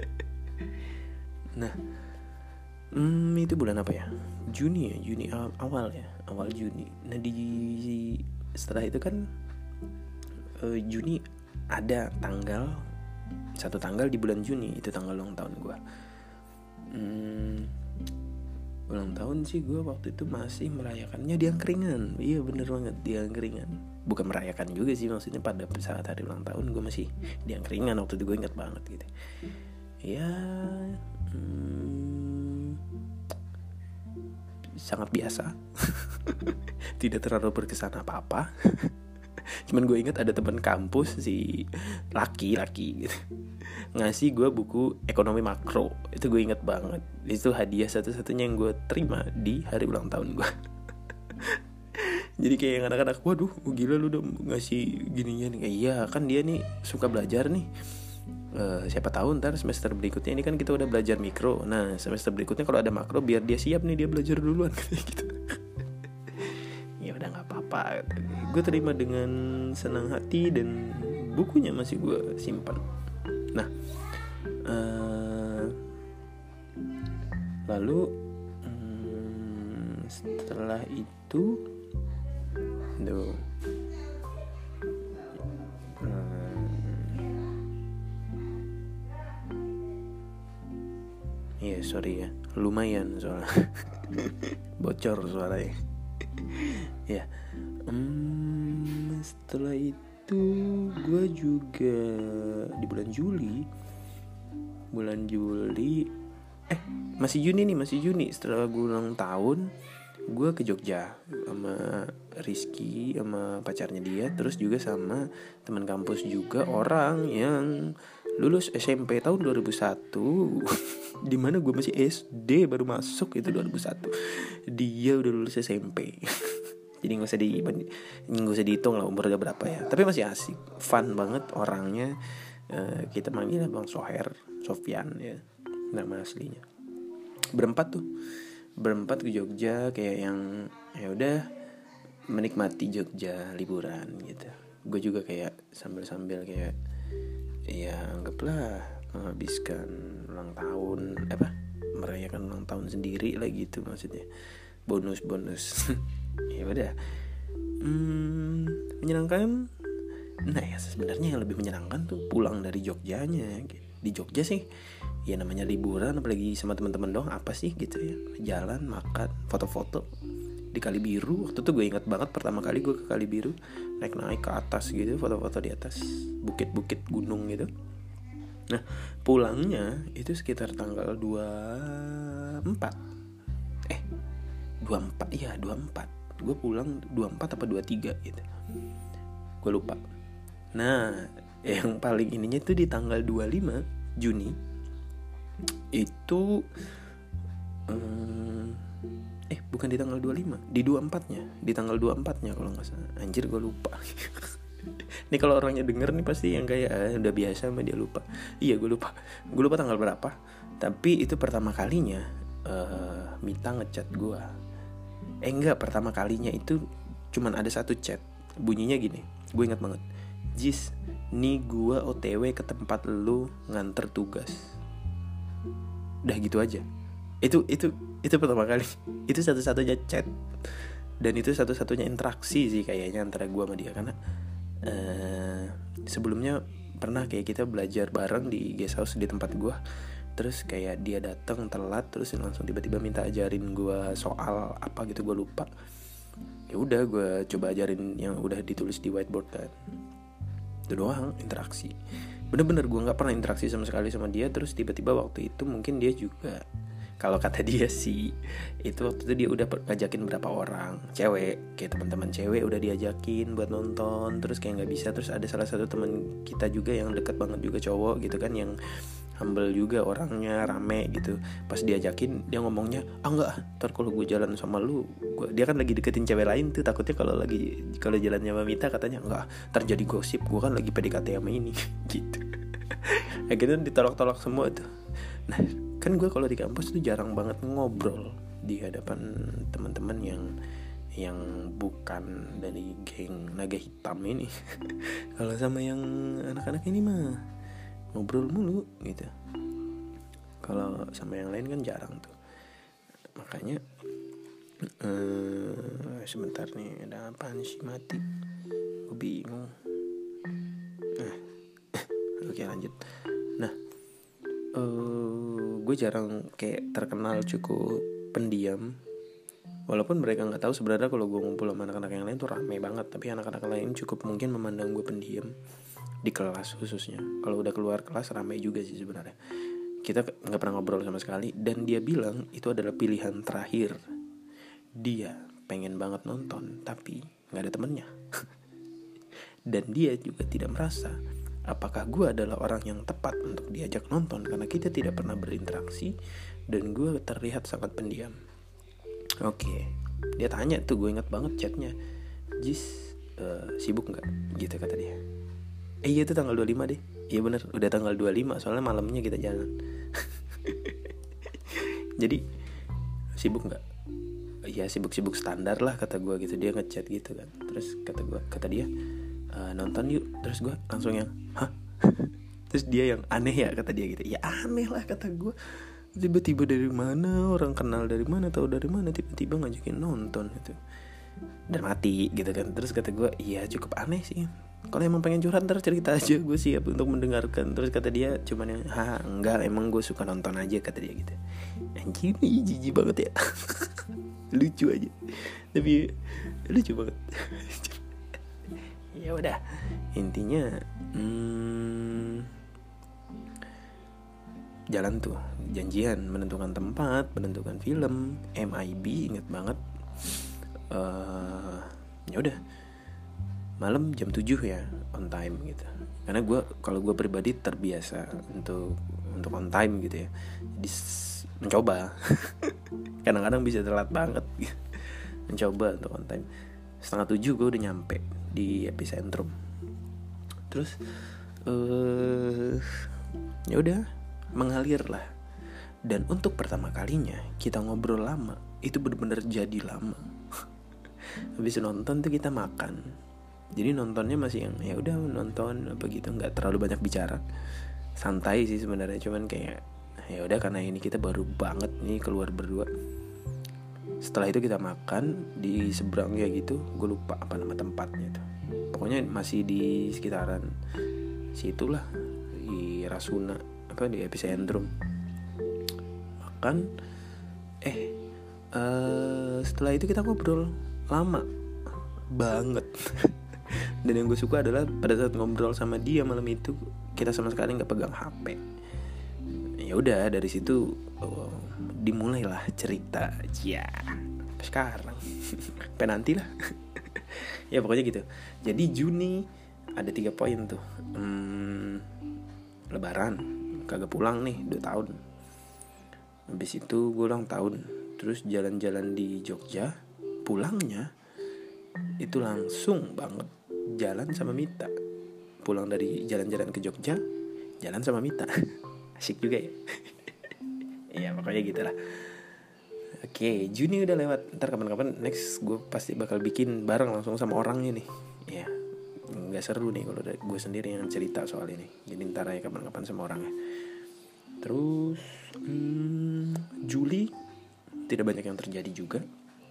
A: Nah itu bulan apa ya, Juni awal Juni. Nah setelah itu kan Juni ada satu tanggal di bulan Juni, itu tanggal ulang tahun gue. Ulang tahun sih gue waktu itu masih merayakannya di angkringan. Iya bener banget, di angkringan. Bukan merayakan juga sih, maksudnya pada saat hari ulang tahun gue masih di angkringan waktu itu, gue ingat banget gitu. Ya sangat biasa. Tidak terlalu berkesan apa-apa. Cuman gue ingat ada teman kampus si laki gitu, ngasih gue buku ekonomi makro. Itu gue ingat banget. Itu hadiah satu-satunya yang gue terima di hari ulang tahun gue. Jadi kayak anak-anak, waduh gila lu udah ngasih ginian. Kayak iya kan dia nih suka belajar nih. Siapa tahu ntar semester berikutnya ini kan kita udah belajar mikro. Nah semester berikutnya kalau ada makro biar dia siap nih, dia belajar duluan gitu. Ya udah nggak apa-apa. Gue terima dengan senang hati dan bukunya masih gue simpan. Nah lalu setelah itu sorry ya, lumayan soalnya bocor suaranya. Ya, setelah itu gue juga di bulan Juli, masih Juni setelah gue ulang tahun, gue ke Jogja sama Rizky, sama pacarnya dia, terus juga sama teman kampus juga, orang yang lulus SMP tahun 2001. Dimana gue masih SD baru masuk, itu 2001. Dia udah lulus SMP. Jadi gak usah dihitung lah umurnya berapa ya. Tapi masih asik, fun banget orangnya. Kita manggilnya Bang Sofian ya, nama aslinya. Berempat ke Jogja, kayak yang ya udah menikmati Jogja liburan gitu. Gue juga kayak sambil kayak ya anggaplah menghabiskan ulang tahun, merayakan ulang tahun sendiri lah gitu, maksudnya bonus. Ya udah menyenangkan. Nah ya sebenarnya yang lebih menyenangkan tuh pulang dari Jogjanya. Di Jogja sih ya namanya liburan, apalagi sama teman-teman doang, apa sih gitu ya, jalan, makan, foto-foto di Kali Biru. Waktu itu gue ingat banget pertama kali gue ke Kali Biru, naik ke atas gitu, foto-foto di atas bukit-bukit gunung gitu. Nah pulangnya itu sekitar tanggal 24. Gue pulang 24 apa 23 gitu, gue lupa. Nah yang paling ininya itu di tanggal 25 Juni itu bukan di tanggal 25, di 24-nya, di tanggal 24-nya kalau nggak salah. Anjir gue lupa. Ini kalau orangnya denger nih pasti yang kayak udah biasa sama dia lupa. Iya gue lupa tanggal berapa. Tapi itu pertama kalinya Mita ngechat gue. Pertama kalinya itu cuman ada satu chat, bunyinya gini, gue ingat banget. Jis, nih gue OTW ke tempat lu nganter tugas. Udah gitu aja. Itu pertama kali. Itu satu-satunya chat. Dan itu satu-satunya interaksi sih kayaknya antara gue sama dia. Karena sebelumnya pernah kayak kita belajar bareng di guest house di tempat gue. Terus kayak dia datang telat, terus langsung tiba-tiba minta ajarin gue soal apa gitu, gue lupa. Ya udah gue coba ajarin yang udah ditulis di whiteboard kan. Itu doang interaksi. Bener-bener gue nggak pernah interaksi sama sekali sama dia. Terus tiba-tiba waktu itu mungkin dia juga, kalau kata dia sih, itu waktu itu dia udah ngajakin berapa orang cewek, kayak teman-teman cewek udah diajakin buat nonton, terus kayak nggak bisa. Terus ada salah satu teman kita juga yang deket banget juga, cowok gitu kan, yang humble juga orangnya, rame gitu. Pas diajakin dia ngomongnya, enggak, ntar kalau gue jalan sama lu, dia kan lagi deketin cewek lain tuh, takutnya kalau jalan sama Mita katanya enggak, ntar jadi gosip, gue kan lagi PDKT sama ini gitu. Akhirnya ditolak-tolak semua tuh. Nah kan gue kalau di kampus tuh jarang banget ngobrol di hadapan teman-teman yang bukan dari geng naga hitam ini. Kalau sama yang anak-anak ini mah ngobrol mulu gitu. Kalau sama yang lain kan jarang tuh. Makanya sebentar nih, ada apaan sih mati? Gue bingung. Oke lanjut. Nah, gue jarang kayak terkenal cukup pendiam. Walaupun mereka nggak tahu sebenarnya kalau gue ngumpul sama anak-anak yang lain tuh rame banget. Tapi anak-anak lain cukup mungkin memandang gue pendiam di kelas khususnya. Kalau udah keluar kelas rame juga sih sebenarnya. Kita nggak pernah ngobrol sama sekali. Dan dia bilang itu adalah pilihan terakhir. Dia pengen banget nonton tapi nggak ada temennya. Dan dia juga tidak merasa apakah gue adalah orang yang tepat untuk diajak nonton, karena kita tidak pernah berinteraksi dan gue terlihat sangat pendiam. Oke, dia tanya tuh, gue ingat banget chatnya, Jis sibuk gak? Gitu kata dia. Iya itu tanggal 25 deh. Iya bener, udah tanggal 25, soalnya malamnya kita jalan. Jadi sibuk gak? Ya sibuk-sibuk standar lah kata gue gitu. Dia ngechat gitu kan. Terus kata dia nonton yuk. Terus gue langsung yang hah? Terus dia yang aneh ya kata dia gitu. Ya aneh lah kata gue. Tiba-tiba dari mana, orang kenal dari mana, tahu dari mana, tiba-tiba ngajakin nonton gitu. Dan mati gitu kan. Terus kata gue, iya cukup aneh sih. Kalau emang pengen curhat ntar cerita aja, gue siap untuk mendengarkan. Terus kata dia cuman yang enggak, emang gue suka nonton aja kata dia gitu. Anjir nih jijik banget ya. Lucu aja. Tapi lucu banget. Ya udah, intinya jalan tuh, janjian, menentukan tempat, menentukan film, MIB inget banget. Ya udah, malam jam 7 ya, on time gitu. Karena kalau gue pribadi terbiasa untuk on time gitu ya. Jadi mencoba. Kadang-kadang bisa telat banget. Mencoba untuk on time. 6:30 gue udah nyampe di epicentrum. Terus ya udah, mengalir lah. Dan untuk pertama kalinya kita ngobrol lama, itu benar-benar jadi lama. Habis nonton tuh kita makan. Jadi nontonnya masih yang ya udah nonton apa gitu, nggak terlalu banyak bicara, santai sih sebenarnya. Cuman kayak ya udah, karena ini kita baru banget nih keluar berdua. Setelah itu kita makan di seberang ya gitu, gue lupa apa nama tempatnya tuh. Pokoknya masih di sekitaran situlah, di Rasuna, apa di epicentrum. Makan, setelah itu kita ngobrol lama banget. Dan yang gue suka adalah pada saat ngobrol sama dia malam itu, kita sama sekali nggak pegang HP. Ya udah dari situ dimulailah cerita ya sekarang. Sampai nanti lah. Ya pokoknya gitu. Jadi Juni ada 3 poin tuh. Lebaran kagak pulang nih 2 tahun. Habis itu gue ulang tahun. Terus jalan-jalan di Jogja. Pulangnya itu langsung banget jalan sama Mita. Pulang dari jalan-jalan ke Jogja, jalan sama Mita. Asik juga ya. Ya pokoknya gitulah. Oke, Juni udah lewat. Ntar kapan-kapan next gue pasti bakal bikin bareng langsung sama orangnya nih. Ya gak seru nih kalau gue sendiri yang cerita soal ini. Jadi ntar aja kapan-kapan sama orangnya. Terus Juli tidak banyak yang terjadi juga,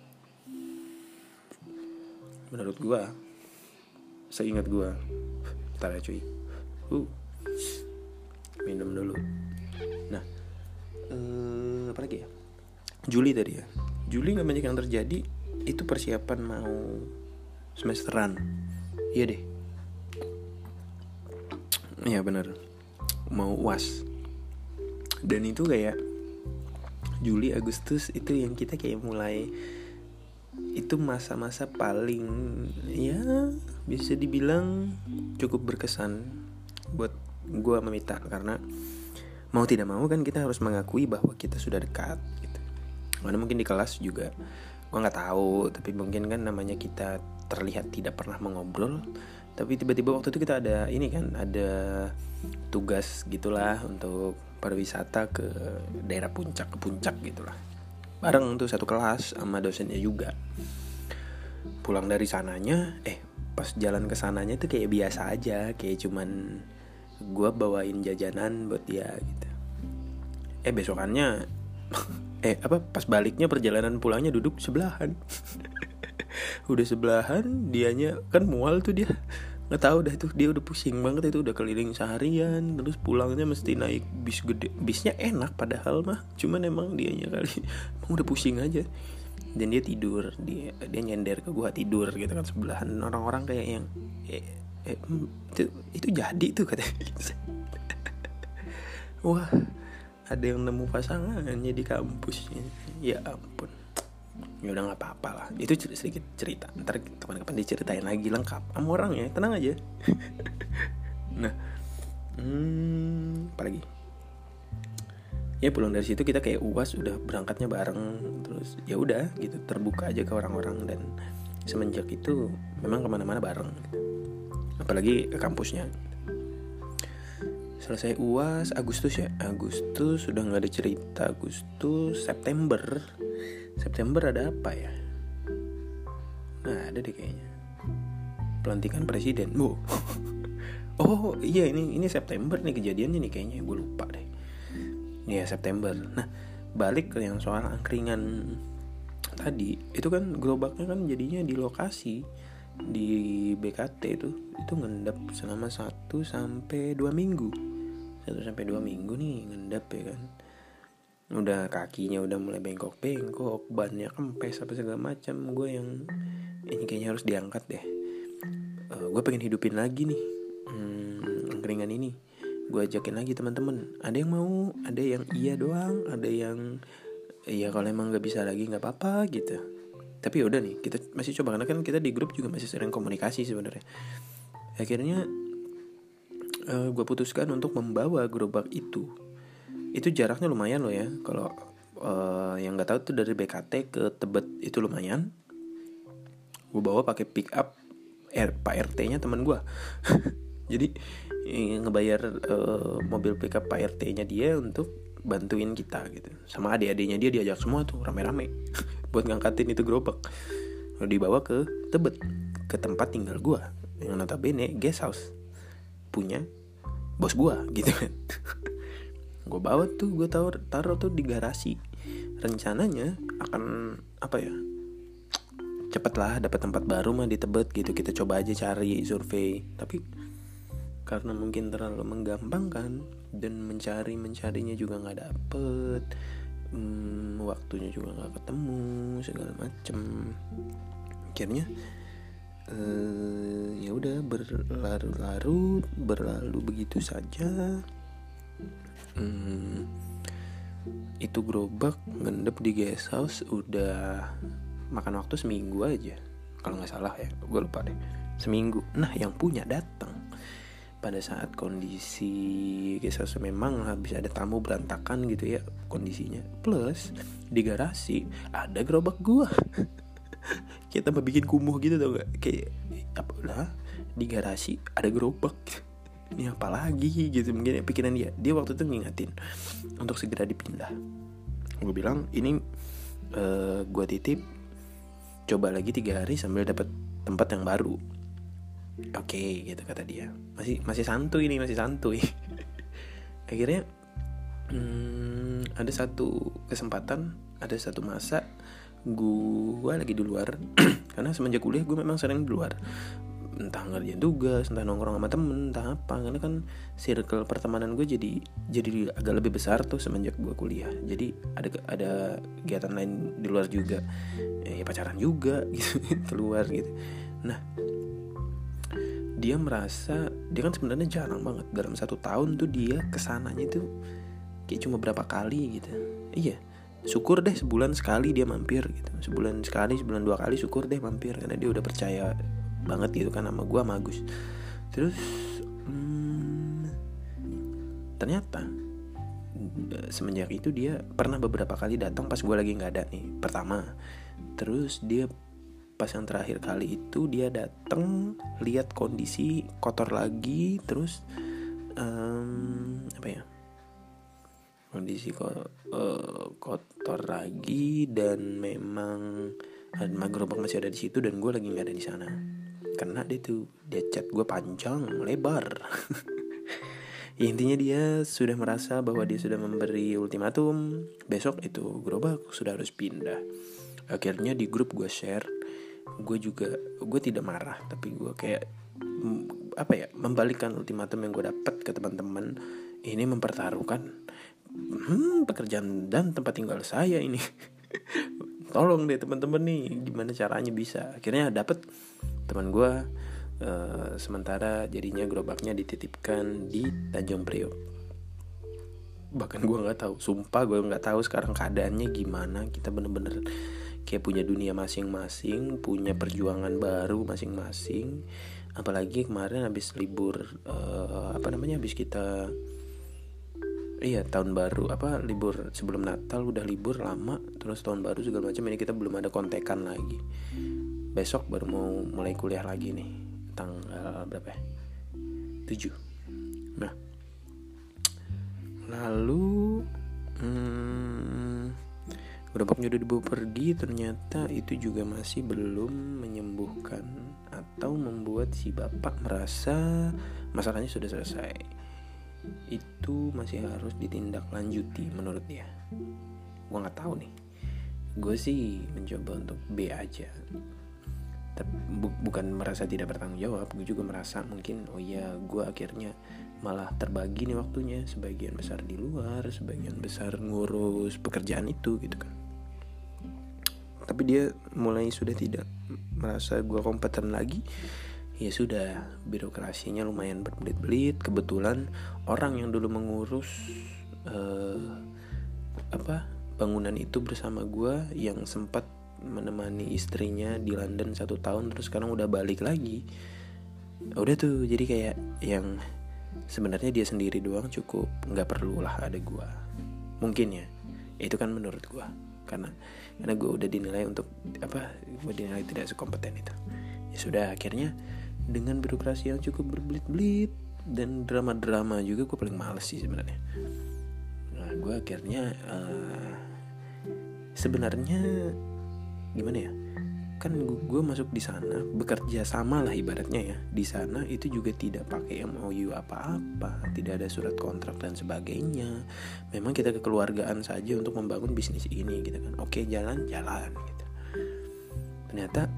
A: menurut gue, seingat gue. Bentar ya cuy, minum dulu. Nah lagi ya, Juli tadi ya. Juli nggak banyak yang terjadi. Itu persiapan mau semesteran. Iya deh. Iya bener, mau UAS. Dan itu kayak Juli Agustus itu yang kita kayak mulai, itu masa-masa paling ya bisa dibilang cukup berkesan buat gue sama Mita. Karena mau tidak mau kan kita harus mengakui bahwa kita sudah dekat gitu. Karena mungkin di kelas juga gue nggak tahu, tapi mungkin kan namanya kita terlihat tidak pernah mengobrol, tapi tiba-tiba waktu itu kita ada ini kan, ada tugas gitulah untuk pariwisata ke daerah puncak, ke puncak gitulah, bareng tuh satu kelas sama dosennya juga. Pulang dari sananya, pas jalan ke sananya tuh kayak biasa aja, kayak cuman gue bawain jajanan buat dia gitu. Besokannya pas baliknya perjalanan pulangnya duduk sebelahan. Udah sebelahan, dianya kan mual tuh dia. Nggak tahu dah tuh, dia udah pusing banget itu, udah keliling seharian, terus pulangnya mesti naik bis gede. Bisnya enak padahal mah, cuman emang dianya kali emang udah pusing aja. Dan dia tidur, dia nyender ke gua tidur gitu kan sebelahan. Orang-orang kayak yang itu jadi tuh katanya. Wah, ada yang nemu pasangannya di kampusnya. Ya ampun. Ya udah nggak apa-apa lah, itu sedikit cerita, ntar kapan-kapan diceritain lagi lengkap sama orang ya, tenang aja. Nah, apa lagi ya, pulang dari situ kita kayak UAS udah berangkatnya bareng, terus ya udah gitu, terbuka aja ke orang-orang. Dan semenjak itu memang kemana-mana bareng gitu. Apalagi ke kampusnya. Selesai UAS Agustus udah nggak ada cerita. Agustus, September ada apa ya? Nah ada deh kayaknya, pelantikan presiden. Oh iya, ini September nih kejadiannya nih kayaknya, gue lupa deh. Iya September. Nah balik ke yang soal angkringan tadi, itu kan gerobaknya kan jadinya di lokasi di BKT itu ngendap selama 1-2 minggu. 1-2 minggu nih ngendap ya kan. Udah kakinya udah mulai bengkok-bengkok, bannya kempes apa segala macam. Gue yang ini kayaknya harus diangkat deh. Gue pengen hidupin lagi nih angkringan ini. Gue ajakin lagi teman-teman. Ada yang mau, ada yang iya doang, ada yang iya kalau emang nggak bisa lagi nggak apa-apa gitu. Tapi udah nih, kita masih coba, karena kan kita di grup juga masih sering komunikasi sebenarnya. Akhirnya gue putuskan untuk membawa gerobak itu. Itu jaraknya lumayan loh ya. Kalau yang nggak tahu tuh, dari BKT ke Tebet itu lumayan. Gue bawa pakai pick up Pak RT-nya teman gue. Jadi ngebayar mobil pick up Pak RT-nya dia untuk bantuin kita gitu. Sama adik-adiknya dia diajak semua tuh rame-rame buat ngangkatin itu gerobak. Lalu dibawa ke Tebet, ke tempat tinggal gue, yang notabene guest house punya bos gue gitu kan. Gue bawa tuh, gue taruh tuh di garasi. Rencananya akan cepet lah dapat tempat baru mah di Tebet gitu. Kita coba aja cari survei. Tapi karena mungkin terlalu menggampangkan dan mencarinya juga nggak dapet, waktunya juga nggak ketemu segala macem. Akhirnya ya udah berlalu begitu saja. Itu gerobak ngendep di guest house udah makan waktu seminggu aja kalau nggak salah ya, gue lupa deh, seminggu. Nah yang punya datang pada saat kondisi guest house memang habis ada tamu berantakan gitu ya kondisinya. Plus di garasi ada gerobak gue. Kita tambah bikin kumuh gitu tau gak, kayak apa lah, di garasi ada gerobak. Ini apa lagi gitu, mungkin pikiran dia waktu itu ngingetin untuk segera dipindah. Gue bilang ini gue titip, coba lagi 3 hari sambil dapat tempat yang baru. Oke, gitu kata dia. Masih santuy. Akhirnya ada satu kesempatan, ada satu masa gue lagi di luar. Karena semenjak kuliah gue memang sering di luar. entah ngerjain tugas, entah nongkrong sama temen, entah apa. Karena kan circle pertemanan gue jadi agak lebih besar tuh semenjak gue kuliah. Jadi ada kegiatan lain di luar juga, ya pacaran juga gitu keluar gitu. Nah, dia merasa dia kan sebenarnya jarang banget, dalam 1 tahun tuh dia kesananya tuh kayak cuma berapa kali gitu. Iya, syukur deh sebulan sekali dia mampir gitu, sebulan sekali, sebulan 2 kali syukur deh mampir, karena dia udah percaya banget gitu kan sama gue, sama Agus. Terus ternyata semenjak itu dia pernah beberapa kali datang pas gue lagi nggak ada nih, pertama. Terus dia pas yang terakhir kali itu dia datang lihat kondisi kotor lagi, terus kondisi kotor lagi, dan memang gerobak masih ada di situ dan gue lagi nggak ada di sana. Karena dia chat gue panjang lebar. Intinya dia sudah merasa bahwa dia sudah memberi ultimatum, besok itu gerobak sudah harus pindah. Akhirnya di grup gue share, gue tidak marah, tapi gue kayak membalikkan ultimatum yang gue dapat ke teman-teman. Ini mempertaruhkan pekerjaan dan tempat tinggal saya ini. Tolong deh teman-teman nih, gimana caranya bisa. Akhirnya dapet teman gue, sementara jadinya gerobaknya dititipkan di Tanjung Priok. Bahkan gue nggak tahu, sumpah gue nggak tahu sekarang keadaannya gimana. Kita bener-bener kayak punya dunia masing-masing, punya perjuangan baru masing-masing. Apalagi kemarin habis libur, habis kita tahun baru, libur sebelum Natal udah libur lama, terus tahun baru segala macam, ini kita belum ada kontekan lagi. Besok baru mau mulai kuliah lagi nih, tanggal berapa ya? 7. Nah, lalu gerobaknya udah dibawa pergi, ternyata itu juga masih belum menyembuhkan atau membuat si bapak merasa masalahnya sudah selesai. Itu masih harus ditindaklanjuti menurut dia. Gue nggak tahu nih. Gue sih mencoba untuk B aja. Bukan merasa tidak bertanggung jawab. Gue juga merasa mungkin gue akhirnya malah terbagi nih waktunya, sebagian besar di luar, sebagian besar ngurus pekerjaan itu gitu kan. Tapi dia mulai sudah tidak merasa gue kompeten lagi. Ya sudah, birokrasinya lumayan berbelit-belit. Kebetulan orang yang dulu mengurus bangunan itu bersama gue, yang sempat menemani istrinya di London 1 tahun, terus sekarang udah balik lagi. Udah tuh, jadi kayak yang sebenarnya dia sendiri doang cukup, nggak perlulah ada gue. Mungkin ya, itu kan menurut gue, karena gue udah dinilai gue dinilai tidak sekompeten itu. Ya sudah, akhirnya dengan birokrasi yang cukup berbelit-belit dan drama-drama juga, gue paling males sih sebenarnya. Nah, gue akhirnya sebenarnya gimana ya? Kan gue masuk di sana bekerja sama lah ibaratnya ya. Di sana itu juga tidak pakai MOU apa-apa, tidak ada surat kontrak dan sebagainya. Memang kita kekeluargaan saja untuk membangun bisnis ini gitu kan. Oke, jalan gitu. Ternyata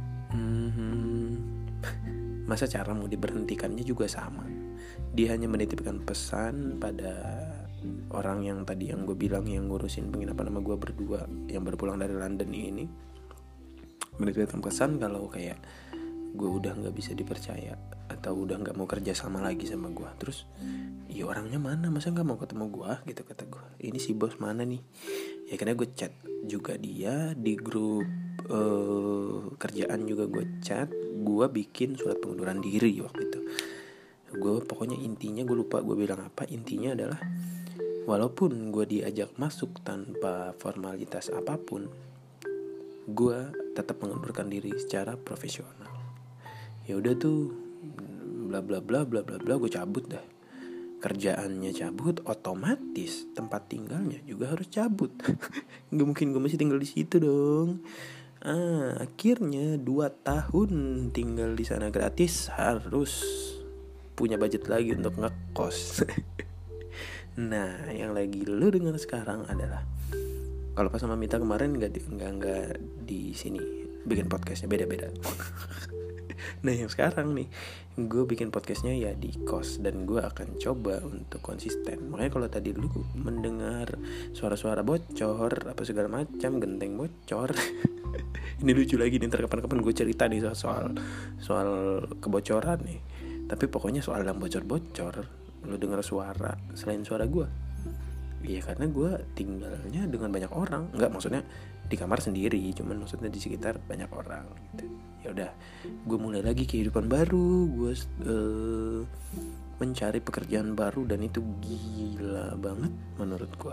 A: masa cara mau diberhentikannya juga sama. Dia hanya menitipkan pesan pada orang yang tadi yang gue bilang yang ngurusin penginapan sama gue berdua yang baru pulang dari London ini. Menitipkan pesan kalau kayak gue udah gak bisa dipercaya atau udah gak mau kerja sama lagi sama gue. Terus ya orangnya mana, masa gak mau ketemu gue gitu, kata gue. Ini si bos mana nih? Ya karena gue chat juga dia di grup kerjaan juga gue chat. Gue bikin surat pengunduran diri waktu itu. Gue pokoknya intinya, gue lupa gue bilang apa. Intinya adalah walaupun gue diajak masuk tanpa formalitas apapun, gue tetap mengundurkan diri secara profesional. Ya udah tuh, bla bla bla bla bla bla, gue cabut dah. Kerjaannya cabut, otomatis tempat tinggalnya juga harus cabut. Gak mungkin gue masih tinggal di situ dong. Akhirnya 2 tahun tinggal di sana gratis, harus punya budget lagi untuk ngekos. Nah, yang lagi lu dengar sekarang adalah, kalau pas sama Mita kemarin nggak di sini bikin podcastnya, beda-beda. Nah yang sekarang nih, gue bikin podcastnya ya di kos, dan gue akan coba untuk konsisten. Makanya kalau tadi lu mendengar suara-suara bocor apa segala macam, genteng bocor ini lucu lagi nih, ntar kapan-kapan gue cerita nih soal kebocoran nih. Tapi pokoknya soal yang bocor-bocor, lu dengar suara selain suara gue, iya karena gue tinggalnya dengan banyak orang. Nggak, maksudnya di kamar sendiri, cuman maksudnya di sekitar banyak orang gitu. Ya udah, gue mulai lagi kehidupan baru. Gue mencari pekerjaan baru, dan itu gila banget menurut gue.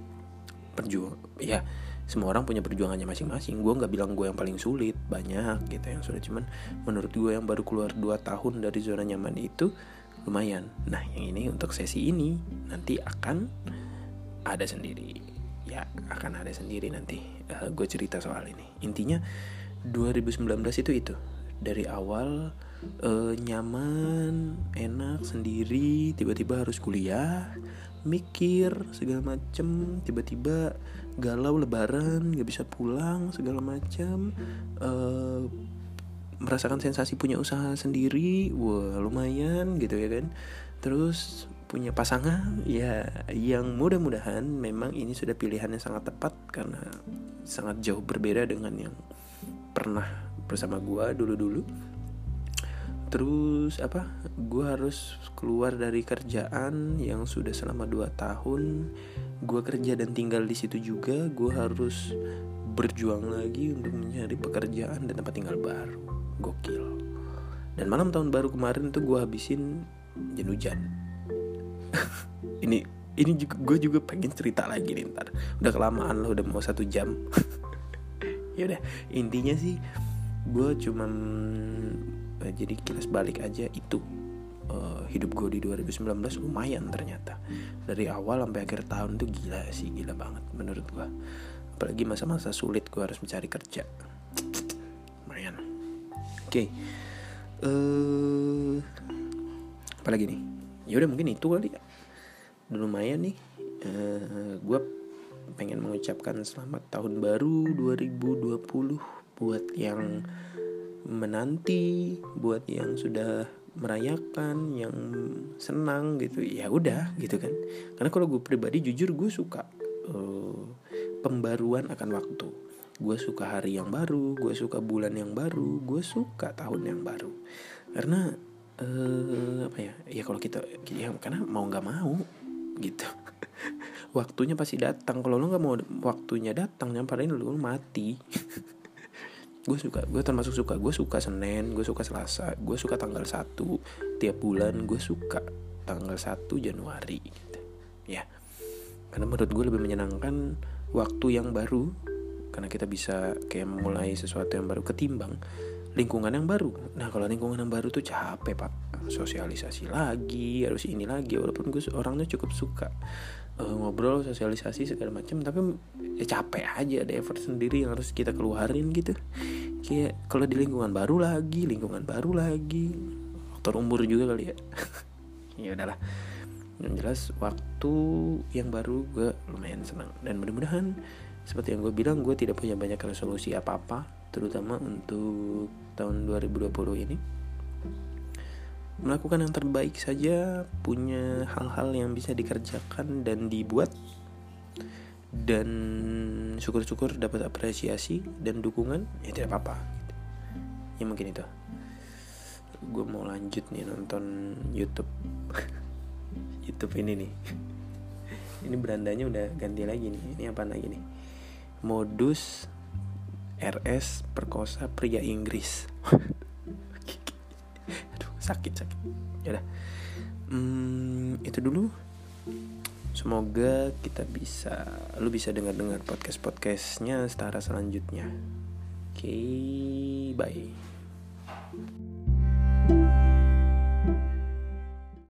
A: Ya semua orang punya perjuangannya masing-masing. Gue nggak bilang gue yang paling sulit, banyak gitu yang sulit. Cuman menurut gue yang baru keluar 2 tahun dari zona nyaman itu lumayan. Nah yang ini untuk sesi ini nanti akan ada sendiri. Ya akan ada sendiri nanti. Gue cerita soal ini. Intinya 2019 itu dari awal nyaman, enak sendiri, tiba-tiba harus kuliah, mikir segala macem, tiba-tiba galau lebaran, gak bisa pulang segala macam, merasakan sensasi punya usaha sendiri, wah lumayan gitu ya kan. Terus punya pasangan ya, yang mudah-mudahan memang ini sudah pilihan yang sangat tepat, karena sangat jauh berbeda dengan yang pernah bersama gue dulu-dulu. Terus gue harus keluar dari kerjaan yang sudah selama 2 tahun gue kerja dan tinggal di situ juga. Gue harus berjuang lagi untuk mencari pekerjaan dan tempat tinggal baru. Gokil. Dan malam tahun baru kemarin tuh gue habisin hujan. ini juga, gue juga pengen cerita lagi nih ntar. Udah kelamaan lah, udah mau 1 jam. Ya udah, intinya sih gue cuman jadi kilas balik aja itu. Hidup gue di 2019 lumayan ternyata. Dari awal sampai akhir tahun tuh gila banget menurut gue. Apalagi masa-masa sulit gue harus mencari kerja. Lumayan. Oke. Apalagi nih? Ya udah mungkin itu kali ya. Udah lumayan nih. Gue pengen mengucapkan selamat tahun baru 2020 buat yang menanti, buat yang sudah merayakan, yang senang gitu. Ya udah gitu kan. Karena kalau gue pribadi jujur, gue suka pembaruan akan waktu. Gue suka hari yang baru, gue suka bulan yang baru, gue suka tahun yang baru. Karena ya kalau kita ya karena mau nggak mau gitu. Waktunya pasti datang. Kalau lo nggak mau waktunya datang, nyamperin lo mati. Gue termasuk suka. Gue suka Senin, gue suka Selasa, gue suka tanggal 1 tiap bulan. Gue suka tanggal 1 Januari gitu. Ya, karena menurut gue lebih menyenangkan waktu yang baru, karena kita bisa kayak memulai sesuatu yang baru ketimbang lingkungan yang baru. Nah kalau lingkungan yang baru tuh capek pak, sosialisasi lagi, harus ini lagi. Walaupun gue orangnya cukup suka ngobrol, sosialisasi segala macam, tapi ya capek aja, ada effort sendiri yang harus kita keluarin gitu. Kayak kalau di lingkungan baru lagi, faktor umur juga kali ya. Ya udahlah, yang jelas waktu yang baru gue lumayan senang. Dan mudah-mudahan seperti yang gue bilang, gue tidak punya banyak resolusi apa-apa, terutama untuk tahun 2020 ini. Melakukan yang terbaik saja, punya hal-hal yang bisa dikerjakan dan dibuat, dan syukur-syukur dapat apresiasi dan dukungan, ya tidak apa-apa. Ya mungkin itu. Gue mau lanjut nih nonton YouTube. YouTube ini nih. Ini berandanya udah ganti lagi nih. Ini apa lagi nih? Modus RS perkosa pria Inggris. Aduh, sakit. Yaudah, itu dulu. Semoga lu bisa dengar podcastnya Setara selanjutnya. Oke, bye.